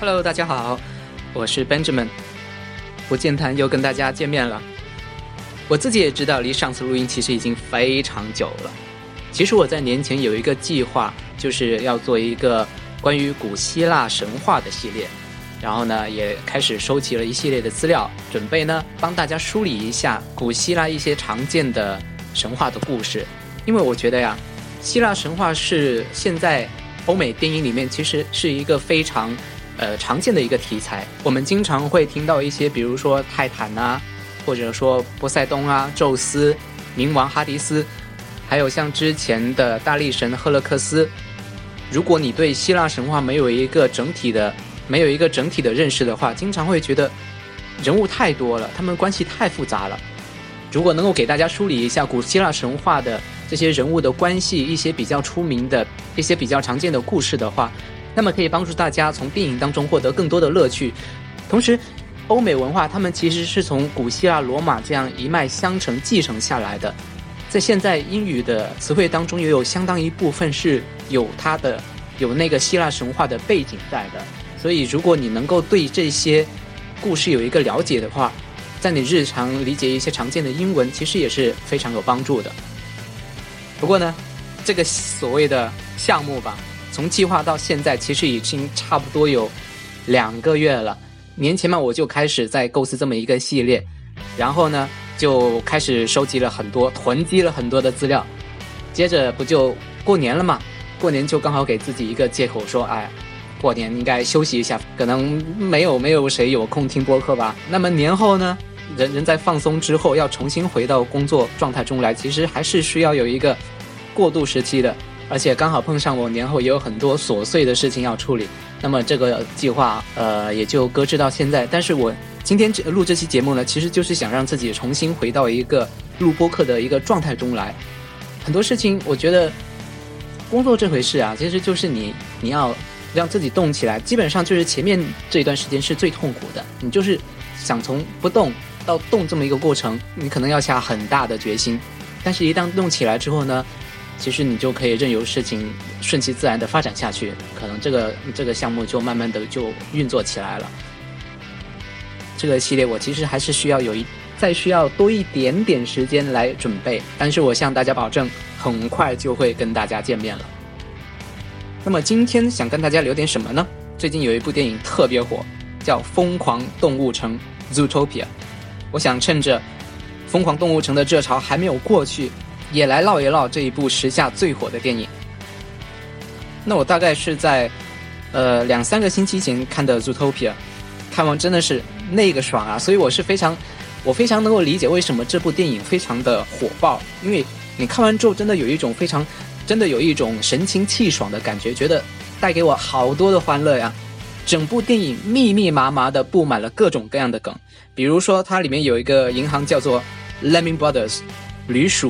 Hello， 大家好，我是 Benjamin， 不见谈又跟大家见面了。我自己也知道，离上次录音其实已经非常久了。其实我在年前有一个计划，就是要做一个关于古希腊神话的系列，然后呢，也开始收集了一系列的资料，准备呢帮大家梳理一下古希腊一些常见的神话的故事。因为我觉得呀，希腊神话是现在欧美电影里面其实是一个非常常见的一个题材。我们经常会听到一些，比如说泰坦啊，或者说波塞冬啊、宙斯、冥王哈迪斯，还有像之前的大力神赫勒克斯。如果你对希腊神话没有一个整体的认识的话，经常会觉得人物太多了，他们关系太复杂了。如果能够给大家梳理一下古希腊神话的这些人物的关系，一些比较出名的一些比较常见的故事的话，那么可以帮助大家从电影当中获得更多的乐趣。同时欧美文化他们其实是从古希腊罗马这样一脉相承继承下来的，在现在英语的词汇当中也有相当一部分是有那个希腊神话的背景在的。所以如果你能够对这些故事有一个了解的话，在你日常理解一些常见的英文其实也是非常有帮助的。不过呢，这个所谓的项目吧，从计划到现在其实已经差不多有2个月了。年前嘛，我就开始在构思这么一个系列，然后呢就开始收集了很多，囤积了很多的资料。接着不就过年了嘛，过年就刚好给自己一个借口说，过年应该休息一下，可能没有谁有空听播客吧。那么年后呢，人在放松之后要重新回到工作状态中来，其实还是需要有一个过渡时期的。而且刚好碰上我年后也有很多琐碎的事情要处理，那么这个计划也就搁置到现在。但是我今天录这期节目呢，其实就是想让自己重新回到一个录播客的一个状态中来。很多事情我觉得工作这回事啊，其实就是你要让自己动起来，基本上就是前面这一段时间是最痛苦的，你就是想从不动到动这么一个过程，你可能要下很大的决心。但是一旦动起来之后呢，其实你就可以任由事情顺其自然的发展下去，可能这个项目就慢慢的就运作起来了。这个系列我其实还是需要多一点点时间来准备，但是我向大家保证很快就会跟大家见面了。那么今天想跟大家聊点什么呢？最近有一部电影特别火，叫《疯狂动物城》 Zootopia。 我想趁着疯狂动物城的热潮还没有过去，也来唠一唠这一部时下最火的电影。那我大概是在2-3个星期前看的 Zootopia， 看完真的是那个爽啊！所以我非常能够理解为什么这部电影非常的火爆，因为你看完之后真的有一种神清气爽的感觉，觉得带给我好多的欢乐呀。整部电影密密麻麻的布满了各种各样的梗，比如说它里面有一个银行叫做 Lemming Brothers， 驴鼠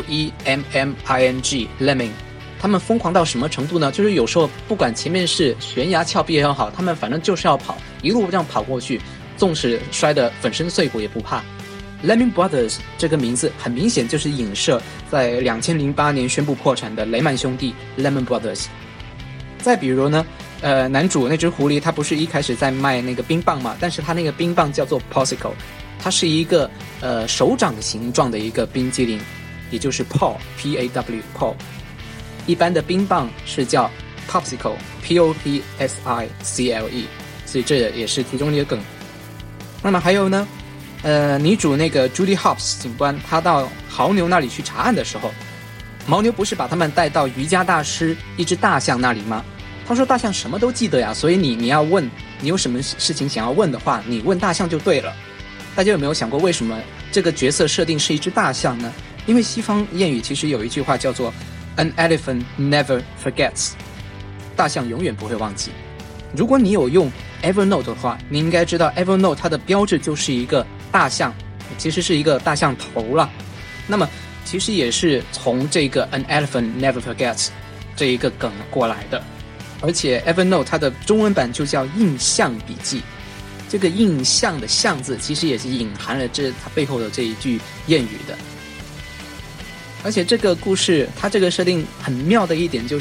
Lemming Lemming， 他们疯狂到什么程度呢？就是有时候不管前面是悬崖峭壁也好，他们反正就是要跑，一路这样跑过去，纵使摔得粉身碎骨也不怕。Lemming Brothers 这个名字很明显就是影射在2008年宣布破产的雷曼兄弟 Lehman Brothers。 再比如呢，男主那只狐狸，他不是一开始在卖那个冰棒嘛，但是他那个冰棒叫做 Popsicle， 它是一个手掌形状的一个冰激凌，也就是 Paw P-A-W Paw。 一般的冰棒是叫 Popsicle P-O-P-S-I-C-L-E， 所以这也是其中一个梗。那么还有呢，女主那个 Judy Hopps 警官，她到牦牛那里去查案的时候，牦牛不是把他们带到瑜伽大师一只大象那里吗？他说大象什么都记得呀，所以你要问，你有什么事情想要问的话，你问大象就对了。大家有没有想过为什么这个角色设定是一只大象呢？因为西方谚语其实有一句话叫做 An elephant never forgets， 大象永远不会忘记。如果你有用 Evernote 的话，你应该知道 Evernote 它的标志就是一个大象，其实是一个大象头了。那么其实也是从这个 An elephant never forgets 这一个梗过来的。而且 Evernote 它的中文版就叫印象笔记，这个印象的象字其实也是隐含了它背后的这一句谚语的。而且这个故事它这个设定很妙的一点就是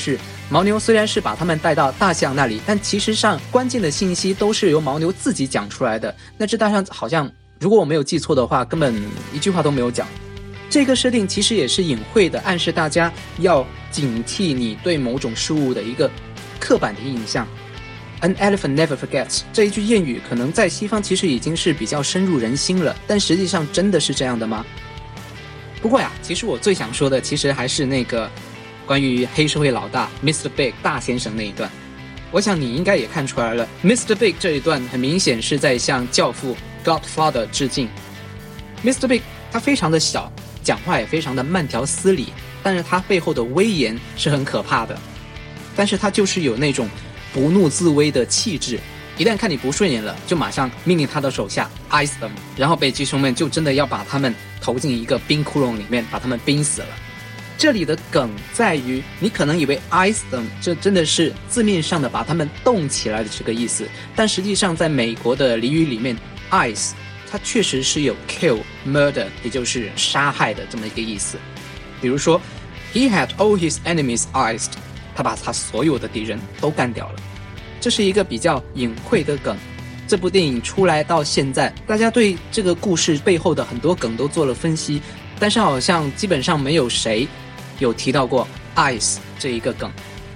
牦牛虽然是把他们带到大象那里，但其实上关键的信息都是由牦牛自己讲出来的。那只大象好像，如果我没有记错的话，根本一句话都没有讲。这个设定其实也是隐晦的暗示大家要警惕你对某种事物的一个刻板的印象。An elephant never forgets 这一句谚语可能在西方其实已经是比较深入人心了，但实际上真的是这样的吗？不过呀，其实我最想说的其实还是那个关于黑社会老大 Mr. Big 大先生那一段。我想你应该也看出来了， Mr. Big 这一段很明显是在向教父 Godfather 致敬。 Mr. Big 他非常的小，讲话也非常的慢条斯理，但是他背后的威严是很可怕的。但是他就是有那种不怒自威的气质，一旦看你不顺眼了，就马上命令他的手下 ice them， 然后北极熊们就真的要把他们投进一个冰窟窿里面，把他们冰死了。这里的梗在于，你可能以为 ice them 这真的是字面上的把他们冻起来的这个意思，但实际上在美国的俚语里面 ice 它确实是有 kill murder 也就是杀害的这么一个意思。比如说 he had all his enemies iced， 他把他所有的敌人都干掉了。这是一个比较隐晦的梗，这部电影出来到现在，大家对这个故事背后的很多梗都做了分析，但是好像基本上没有谁有提到过 ice 这一个梗。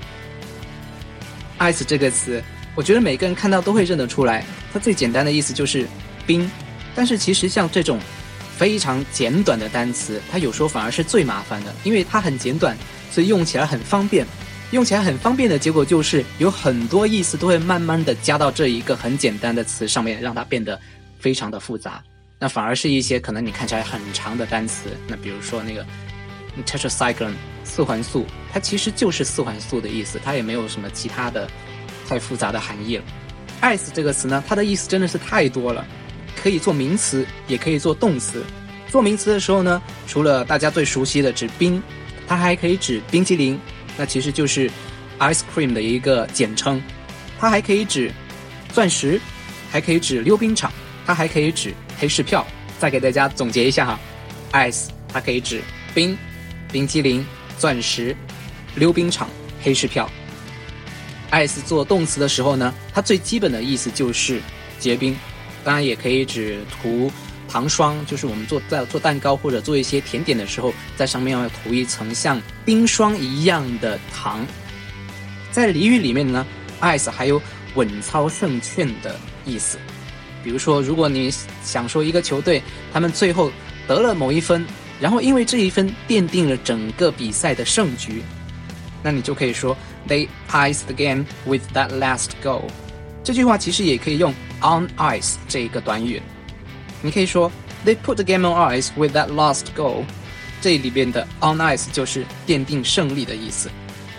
ice 这个词我觉得每个人看到都会认得出来，它最简单的意思就是冰，但是其实像这种非常简短的单词，它有时候反而是最麻烦的，因为它很简短，所以用起来很方便。用起来很方便的结果就是有很多意思都会慢慢的加到这一个很简单的词上面，让它变得非常的复杂。那反而是一些可能你看起来很长的单词，那比如说那个 tetracycline 四环素，它其实就是四环素的意思，它也没有什么其他的太复杂的含义了。ice 这个词呢，它的意思真的是太多了，可以做名词也可以做动词。做名词的时候呢，除了大家最熟悉的指冰，它还可以指冰淇淋，那其实就是 ice cream 的一个简称。它还可以指钻石，还可以指溜冰场，它还可以指黑市票。再给大家总结一下哈， ice 它可以指冰、冰淇淋、钻石、溜冰场、黑市票。ice 做动词的时候呢，它最基本的意思就是结冰，当然也可以指涂糖霜，就是我们做蛋糕或者做一些甜点的时候，在上面要涂一层像冰霜一样的糖。在俚语里面呢， ice 还有稳操胜券的意思。比如说，如果你想说一个球队他们最后得了某一分，然后因为这一分奠定了整个比赛的胜局，那你就可以说 They iced the game with that last goal。 这句话其实也可以用 on ice 这一个短语，你可以说 They put the game on ice with that last goal。 这里边的 on ice 就是奠定胜利的意思。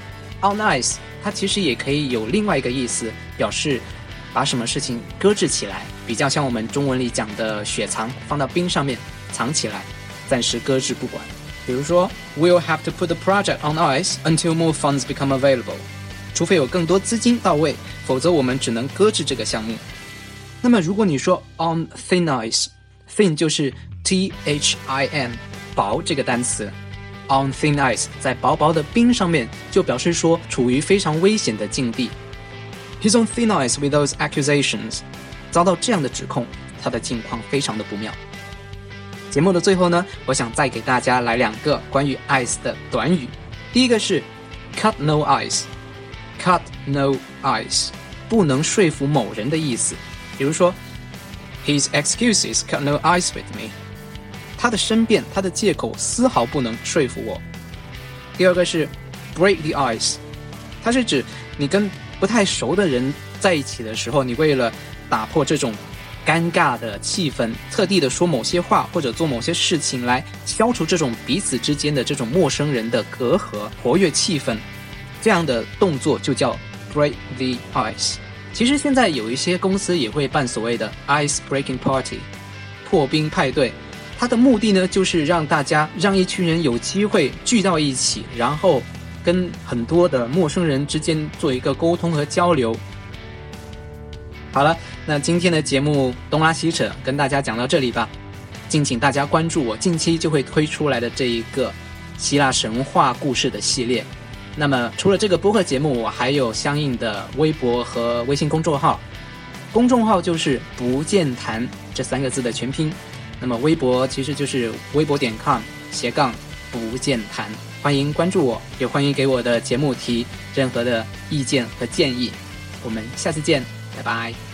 on ice 它其实也可以有另外一个意思，表示把什么事情搁置起来，比较像我们中文里讲的雪藏，放到冰上面藏起来，暂时搁置不管。比如说 We'll have to put the project on ice until more funds become available。 除非有更多资金到位，否则我们只能搁置这个项目。那么如果你说 on thin ice， thin 就是 T-H-I-N 薄这个单词， on thin ice 在薄薄的冰上面，就表示说处于非常危险的境地。 He's on thin ice with those accusations。 遭到这样的指控，他的境况非常的不妙。节目的最后呢，我想再给大家来两个关于 ice 的短语。第一个是 cut no ice。 cut no ice 不能说服某人的意思。比如说 His excuses cut no ice with me。 他的申辩，他的借口丝毫不能说服我。第二个是 break the ice。 它是指你跟不太熟的人在一起的时候，你为了打破这种尴尬的气氛，特地的说某些话或者做某些事情来消除这种彼此之间的这种陌生人的隔阂，活跃气氛，这样的动作就叫 break the ice。 其实现在有一些公司也会办所谓的 ice breaking party 破冰派对，它的目的呢就是让一群人有机会聚到一起，然后跟很多的陌生人之间做一个沟通和交流。好了，那今天的节目东拉西扯跟大家讲到这里吧，敬请大家关注我近期就会推出来的这一个希腊神话故事的系列， 那么除了这个播客节目，我还有相应的微博和微信公众号，公众号就是不见谈这3个字的全拼，那么微博其实就是微博.com/不见谈，欢迎关注我，也欢迎给我的节目提任何的意见和建议。我们下次见，拜拜。